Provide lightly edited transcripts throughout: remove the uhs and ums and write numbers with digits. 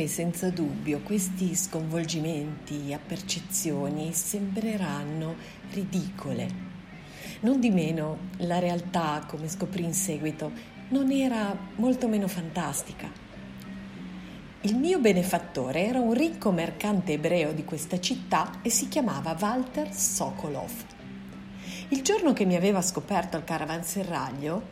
senza dubbio questi sconvolgimenti a percezioni sembreranno ridicole. Non di meno, la realtà, come scoprì in seguito, non era molto meno fantastica. Il mio benefattore era un ricco mercante ebreo di questa città e si chiamava Walter Sokolov. Il giorno che mi aveva scoperto al caravanserraglio,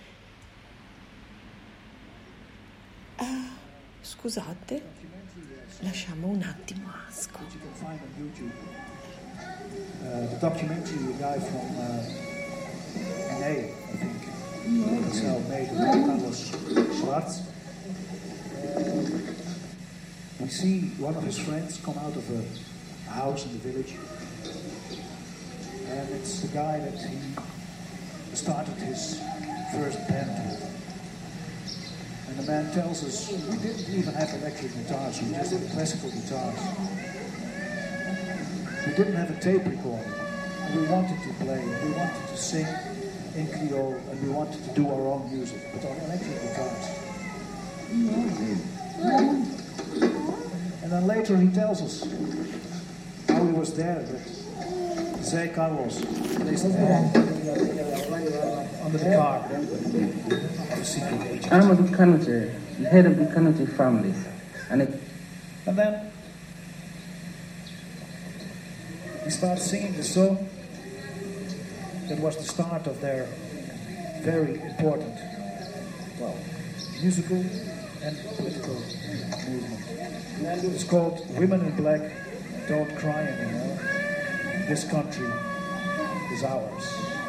scusate, lasciamo un attimo Asco. The documentary guy from NA, I think, made Carlos Schwarz. We see one of his friends come out of a house in the village, and it's the guy that he started his first band with. And the man tells us we didn't even have electric guitars, we just had classical guitars. We didn't have a tape recorder, and we wanted to play, we wanted to sing in Creole, and we wanted to do our own music, but on electric guitars. And then later he tells us how he was there, that Zé Carlos placed a hand under the car. I'm of the Kanute, the head of the Kanute family. And then he started singing the song that was the start of their very important, musical and political movement. It's called Women in Black Don't Cry Anymore. This country is ours.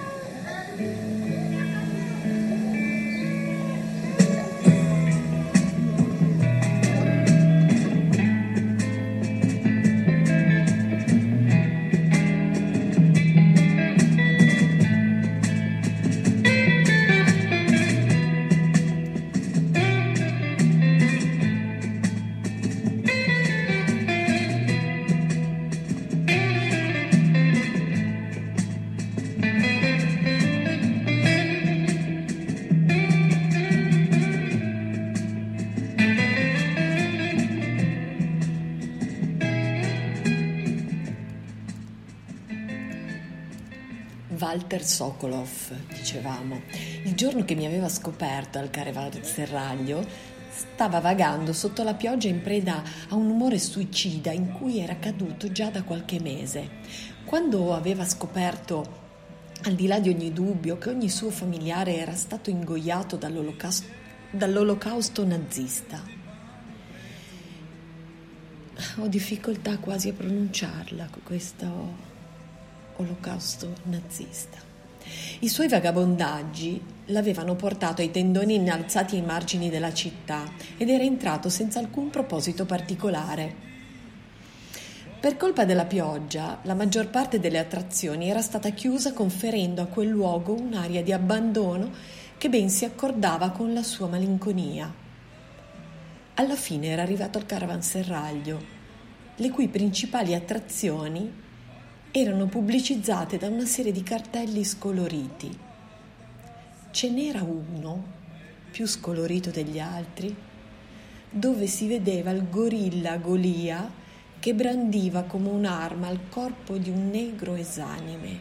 Walter Sokolov, dicevamo, il giorno che mi aveva scoperto al caravanserraglio, stava vagando sotto la pioggia in preda a un umore suicida in cui era caduto già da qualche mese, quando aveva scoperto, al di là di ogni dubbio, che ogni suo familiare era stato ingoiato dall'olocausto nazista. Ho difficoltà quasi a pronunciarla, questo olocausto nazista. I suoi vagabondaggi l'avevano portato ai tendoni innalzati ai margini della città ed era entrato senza alcun proposito particolare. Per colpa della pioggia, la maggior parte delle attrazioni era stata chiusa, conferendo a quel luogo un'aria di abbandono che ben si accordava con la sua malinconia. Alla fine era arrivato al caravanserraglio, le cui principali attrazioni erano pubblicizzate da una serie di cartelli scoloriti. Ce n'era uno, più scolorito degli altri, dove si vedeva il gorilla Golia che brandiva come un'arma il corpo di un negro esanime.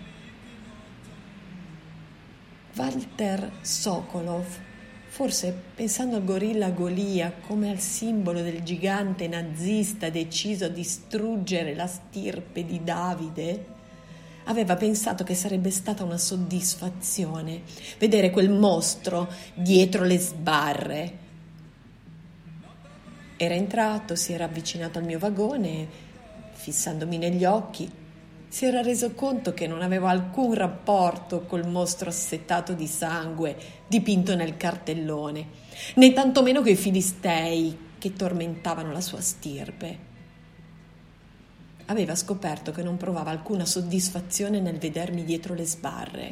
Walter Sokolov, forse pensando al gorilla Golia come al simbolo del gigante nazista deciso a distruggere la stirpe di Davide, aveva pensato che sarebbe stata una soddisfazione vedere quel mostro dietro le sbarre. Era entrato, si era avvicinato al mio vagone e, fissandomi negli occhi, si era reso conto che non avevo alcun rapporto col mostro assetato di sangue dipinto nel cartellone, né tantomeno coi filistei che tormentavano la sua stirpe. Aveva scoperto che non provava alcuna soddisfazione nel vedermi dietro le sbarre.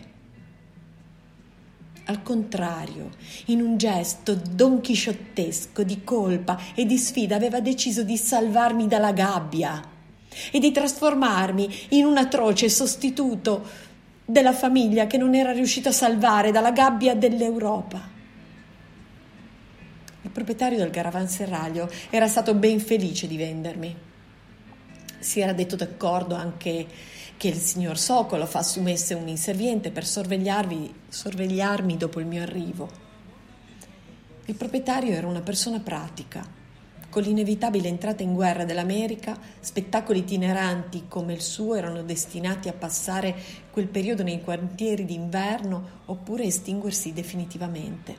Al contrario, in un gesto donchisciottesco di colpa e di sfida aveva deciso di salvarmi dalla gabbia e di trasformarmi in un atroce sostituto della famiglia che non era riuscito a salvare dalla gabbia dell'Europa. Il proprietario del caravanserraglio era stato ben felice di vendermi. Si era detto d'accordo anche che il signor Sokolov assumesse un inserviente per sorvegliarmi dopo il mio arrivo. Il proprietario era una persona pratica. Con l'inevitabile entrata in guerra dell'America, spettacoli itineranti come il suo erano destinati a passare quel periodo nei quartieri d'inverno oppure estinguersi definitivamente.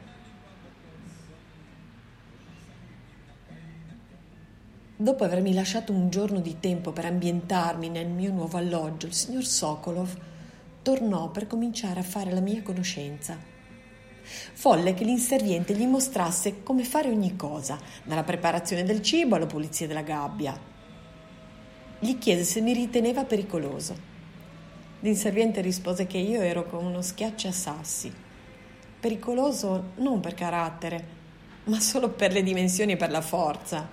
Dopo avermi lasciato un giorno di tempo per ambientarmi nel mio nuovo alloggio, il signor Sokolov tornò per cominciare a fare la mia conoscenza. Volle che l'inserviente gli mostrasse come fare ogni cosa, dalla preparazione del cibo alla pulizia della gabbia. Gli chiese se mi riteneva pericoloso. L'inserviente rispose che io ero come uno schiacciasassi. Pericoloso non per carattere, ma solo per le dimensioni e per la forza.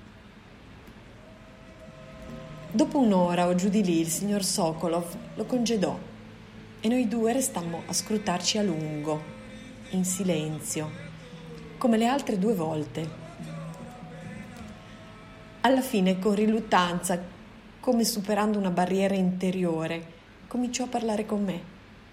Dopo un'ora o giù di lì il signor Sokolov lo congedò e noi due restammo a scrutarci a lungo, in silenzio, come le altre 2 volte. Alla fine, con riluttanza, come superando una barriera interiore, cominciò a parlare con me.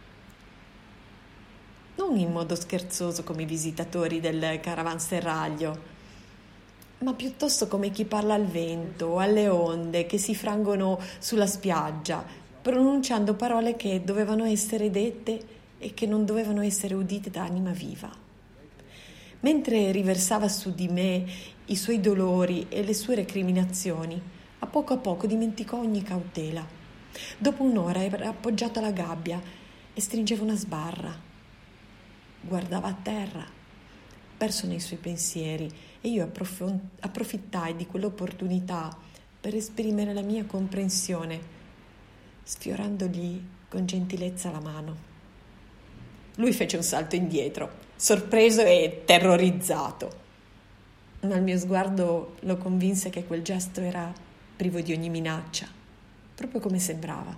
Non in modo scherzoso come i visitatori del caravanserraglio, ma piuttosto come chi parla al vento o alle onde che si frangono sulla spiaggia, pronunciando parole che dovevano essere dette e che non dovevano essere udite da anima viva. Mentre riversava su di me i suoi dolori e le sue recriminazioni, a poco dimenticò ogni cautela. Dopo un'ora era appoggiato alla gabbia e stringeva una sbarra. Guardava a terra, perso nei suoi pensieri, e io approfittai di quell'opportunità per esprimere la mia comprensione, sfiorandogli con gentilezza la mano. Lui fece un salto indietro, sorpreso e terrorizzato, ma il mio sguardo lo convinse che quel gesto era privo di ogni minaccia, proprio come sembrava.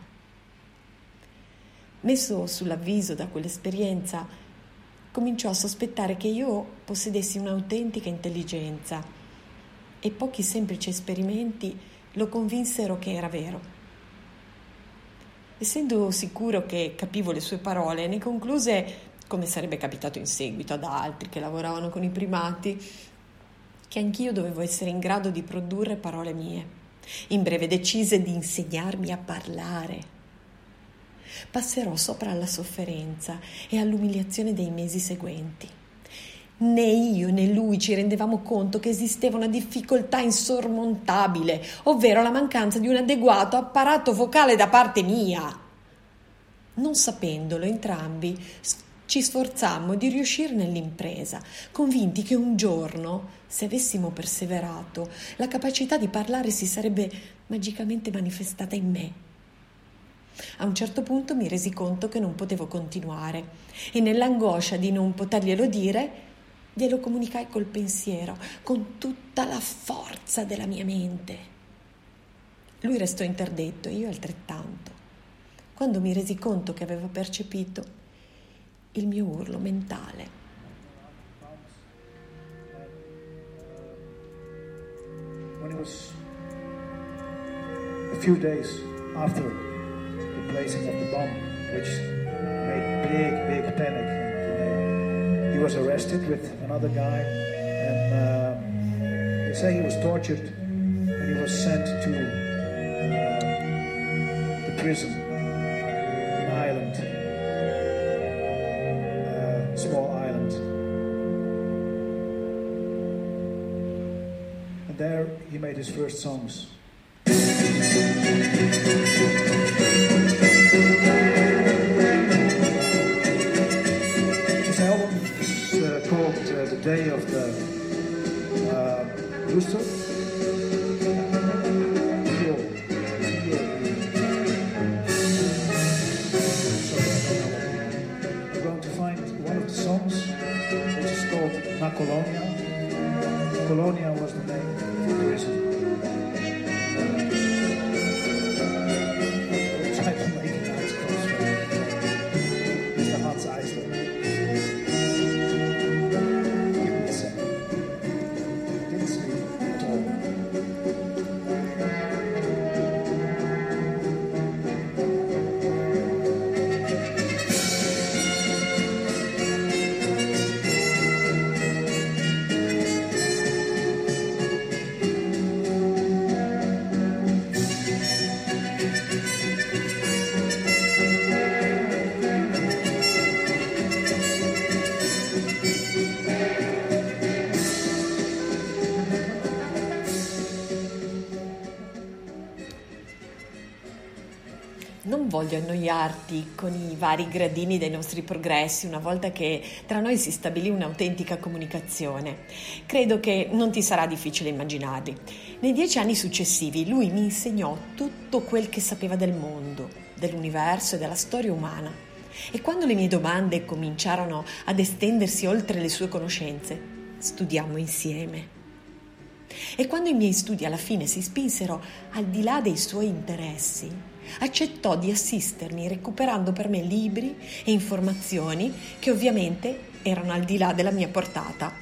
Messo sull'avviso da quell'esperienza, cominciò a sospettare che io possedessi un'autentica intelligenza e pochi semplici esperimenti lo convinsero che era vero. Essendo sicuro che capivo le sue parole, ne concluse, come sarebbe capitato in seguito ad altri che lavoravano con i primati, che anch'io dovevo essere in grado di produrre parole mie. In breve decise di insegnarmi a parlare. Passerò sopra alla sofferenza e all'umiliazione dei mesi seguenti. Né io né lui ci rendevamo conto che esisteva una difficoltà insormontabile, ovvero la mancanza di un adeguato apparato vocale da parte mia. Non sapendolo, entrambi ci sforzammo di riuscire nell'impresa, convinti che un giorno, se avessimo perseverato, la capacità di parlare si sarebbe magicamente manifestata in me. A un certo punto mi resi conto che non potevo continuare e nell'angoscia di non poterglielo dire, glielo comunicai col pensiero, con tutta la forza della mia mente. Lui restò interdetto e io altrettanto. Quando mi resi conto che aveva percepito il mio urlo mentale. When it was a few days after the placing of the bomb, which made big panic, he was arrested with another guy, and they say he was tortured and he was sent to the prison, an island, small island, and there he made his first songs. Called The Day of the Rooster. We're going to find one of the songs, which is called Na Colonia. Colonia was the name of the prison. Non voglio annoiarti con i vari gradini dei nostri progressi una volta che tra noi si stabilì un'autentica comunicazione. Credo che non ti sarà difficile immaginarli. Nei 10 anni successivi lui mi insegnò tutto quel che sapeva del mondo, dell'universo e della storia umana. E quando le mie domande cominciarono ad estendersi oltre le sue conoscenze, studiammo insieme. E quando i miei studi alla fine si spinsero al di là dei suoi interessi, accettò di assistermi recuperando per me libri e informazioni che ovviamente erano al di là della mia portata.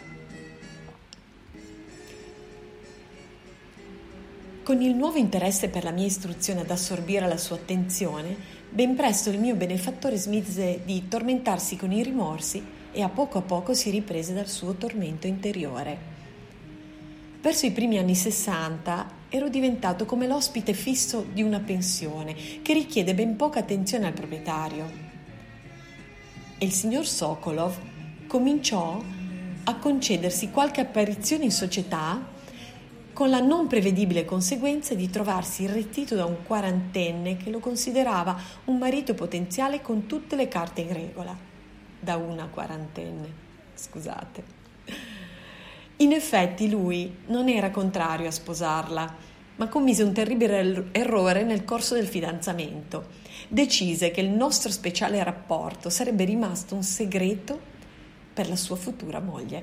Con il nuovo interesse per la mia istruzione ad assorbire la sua attenzione, ben presto il mio benefattore smise di tormentarsi con i rimorsi e a poco si riprese dal suo tormento interiore. Verso i primi anni 60 ero diventato come l'ospite fisso di una pensione che richiede ben poca attenzione al proprietario. E il signor Sokolov cominciò a concedersi qualche apparizione in società con la non prevedibile conseguenza di trovarsi irretito da un quarantenne che lo considerava un marito potenziale con tutte le carte in regola. Da una quarantenne, scusate. In effetti lui non era contrario a sposarla, ma commise un terribile errore nel corso del fidanzamento. Decise che il nostro speciale rapporto sarebbe rimasto un segreto per la sua futura moglie.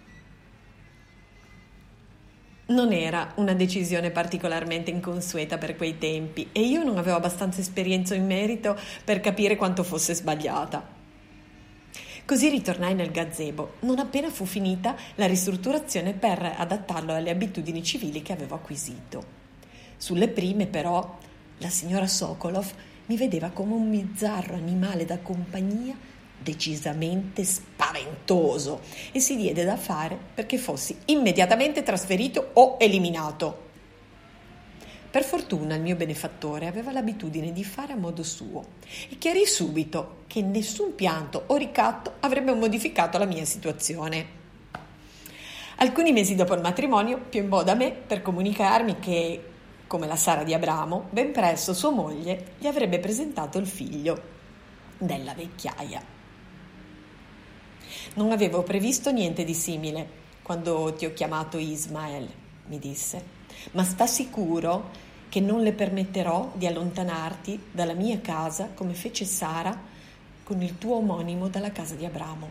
Non era una decisione particolarmente inconsueta per quei tempi e io non avevo abbastanza esperienza in merito per capire quanto fosse sbagliata. Così ritornai nel gazebo, non appena fu finita la ristrutturazione per adattarlo alle abitudini civili che avevo acquisito. Sulle prime, però, la signora Sokolov mi vedeva come un bizzarro animale da compagnia decisamente spaventoso e si diede da fare perché fossi immediatamente trasferito o eliminato. Per fortuna il mio benefattore aveva l'abitudine di fare a modo suo e chiarì subito che nessun pianto o ricatto avrebbe modificato la mia situazione. Alcuni mesi dopo il matrimonio piombò da me per comunicarmi che, come la Sara di Abramo, ben presto sua moglie gli avrebbe presentato il figlio della vecchiaia. Non avevo previsto niente di simile quando ti ho chiamato Ismael, mi disse, ma sta sicuro che non le permetterò di allontanarti dalla mia casa come fece Sara con il tuo omonimo dalla casa di Abramo.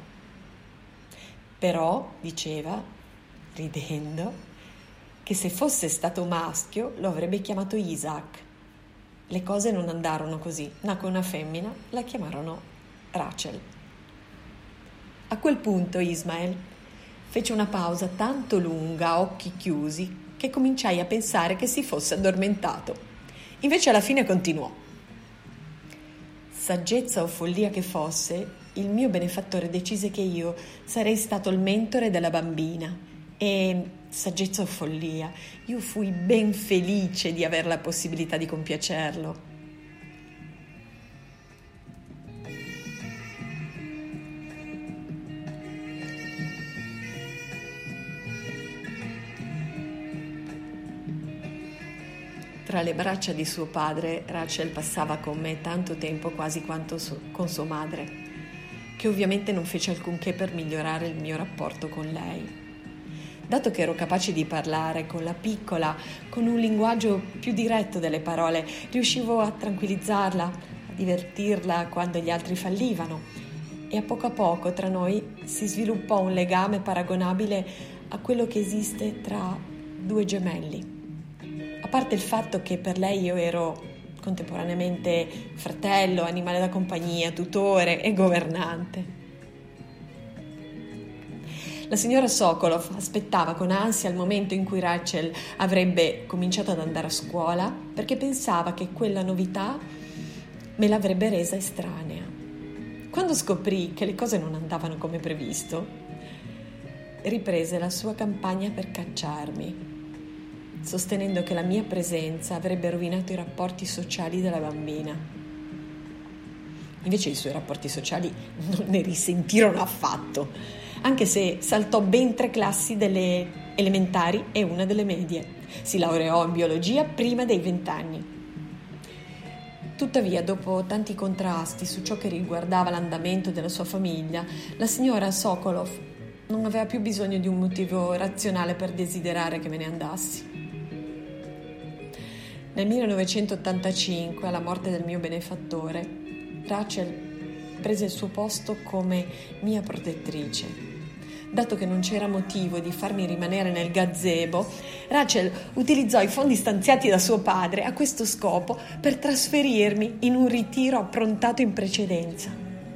Però, diceva, ridendo, che se fosse stato maschio lo avrebbe chiamato Isaac. Le cose non andarono così, nacque una femmina, la chiamarono Rachel. A quel punto Ismael fece una pausa tanto lunga a occhi chiusi che cominciai a pensare che si fosse addormentato. Invece alla fine continuò. Saggezza o follia che fosse, il mio benefattore decise che io sarei stato il mentore della bambina e, saggezza o follia, io fui ben felice di avere la possibilità di compiacerlo. Tra le braccia di suo padre, Rachel passava con me tanto tempo quasi quanto con sua madre, che ovviamente non fece alcunché per migliorare il mio rapporto con lei. Dato che ero capace di parlare con la piccola, con un linguaggio più diretto delle parole, riuscivo a tranquillizzarla, a divertirla quando gli altri fallivano, e a poco tra noi si sviluppò un legame paragonabile a quello che esiste tra due gemelli. A parte il fatto che per lei io ero contemporaneamente fratello, animale da compagnia, tutore e governante. La signora Sokolov aspettava con ansia il momento in cui Rachel avrebbe cominciato ad andare a scuola perché pensava che quella novità me l'avrebbe resa estranea. Quando scoprì che le cose non andavano come previsto, riprese la sua campagna per cacciarmi, sostenendo che la mia presenza avrebbe rovinato i rapporti sociali della bambina. Invece i suoi rapporti sociali non ne risentirono affatto, anche se saltò ben 3 classi delle elementari e una delle medie. Si laureò in biologia prima dei 20 anni. Tuttavia, dopo tanti contrasti su ciò che riguardava l'andamento della sua famiglia, la signora Sokolov non aveva più bisogno di un motivo razionale per desiderare che me ne andassi. Nel 1985, alla morte del mio benefattore, Rachel prese il suo posto come mia protettrice. Dato che non c'era motivo di farmi rimanere nel gazebo, Rachel utilizzò i fondi stanziati da suo padre a questo scopo per trasferirmi in un ritiro approntato in precedenza.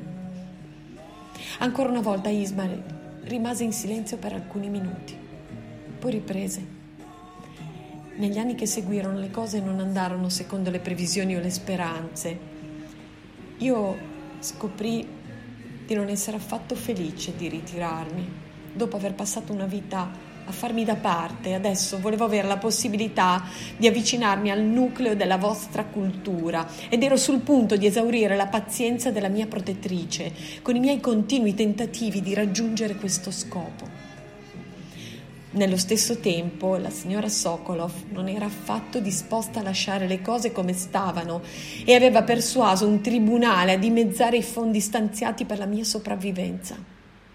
Ancora una volta Ismael rimase in silenzio per alcuni minuti, poi riprese. Negli anni che seguirono le cose non andarono secondo le previsioni o le speranze. Io scoprì di non essere affatto felice di ritirarmi. Dopo aver passato una vita a farmi da parte, adesso volevo avere la possibilità di avvicinarmi al nucleo della vostra cultura ed ero sul punto di esaurire la pazienza della mia protettrice con i miei continui tentativi di raggiungere questo scopo. Nello stesso tempo, la signora Sokolov non era affatto disposta a lasciare le cose come stavano e aveva persuaso un tribunale a dimezzare i fondi stanziati per la mia sopravvivenza.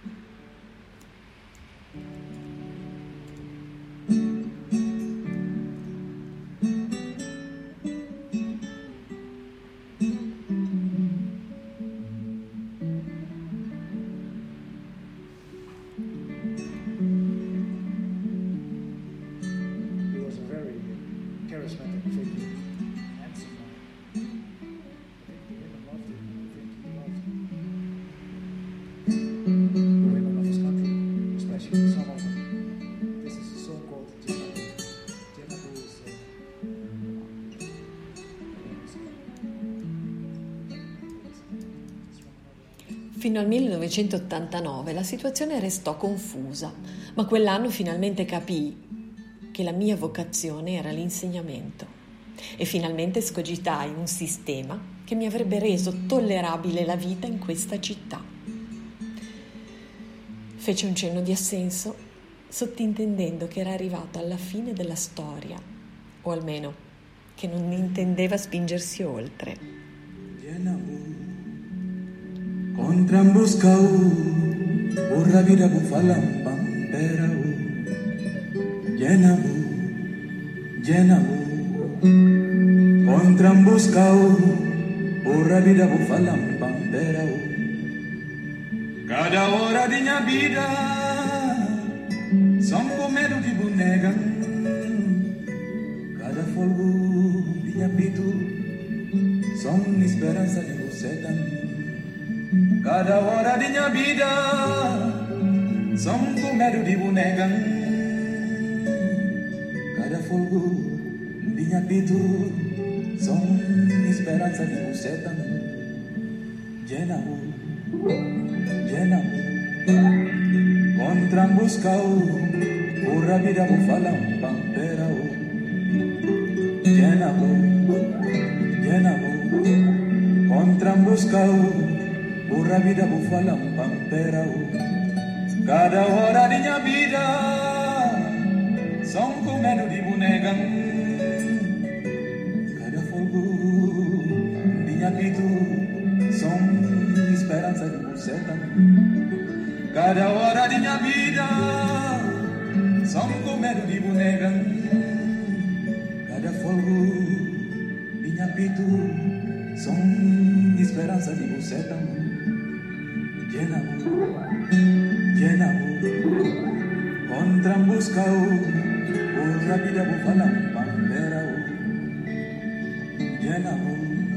charismatic figure, handsome man. I think the women loved him. I think he loved the women of his country, especially some of them. This is a song called Jenabu. Jenabu is Fino al 1989 la situazione restò confusa, ma quell'anno finalmente capii che la mia vocazione era l'insegnamento e finalmente scogitai un sistema che mi avrebbe reso tollerabile la vita in questa città. Fece un cenno di assenso, sottintendendo che era arrivato alla fine della storia, o almeno che non intendeva spingersi oltre. Contrambuscau, urra vida bufalam pamperau. Llenamu, contrambuscau, urra vida bufalam pamperau. Cada hora di minha vida, som com medo de bonega. Cada folgo de minha pito, som esperança de você também. Cada hora de minha vida, som com medo de bonega. Cada fogo de minha pito, som esperança de você também. Llenamu, contrambuscau, urra vida bufalam pamperau. Llenamu, contrambuscau, urra vida bufalam pamperau. Cada hora de minha vida, som com medo de bonega. Cada fogo de minha pito, som esperança de você também. Cada hora de minha vida, som com medo de bonega. Cada fogo de minha pito, som esperança de você também. Llenamu, contrambuscau, urra vida bufalam pamperau. Llenamu,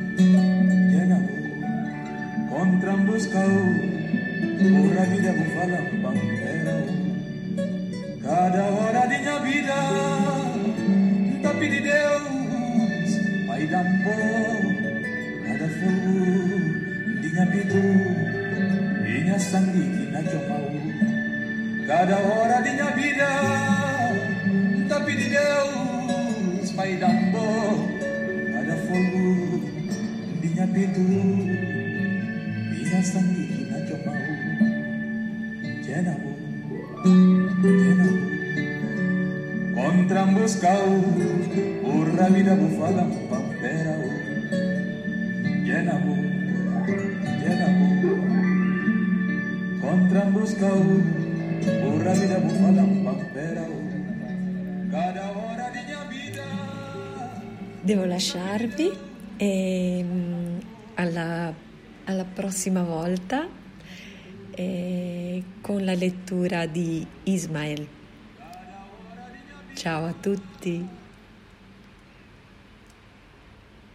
contrambuscau, urra vida bufalam pamperau. Cada hora de minha vida, tapi de Deus, Pai d'amor. Cada fogo de minha vida, minha sangue que na chamau. Cada hora de minha vida, tapi de Deus, Pai d'amor. Cada fogo de minha vida, minha sangue que na chamau. Llenamu, contrambuscau, urra vida bufalam pamperau. Jenabo, contra buscao, burra vida bufala pampera, cada ora di mia vita. Devo lasciarvi e alla prossima volta con la lettura di Ismael. Ciao a tutti.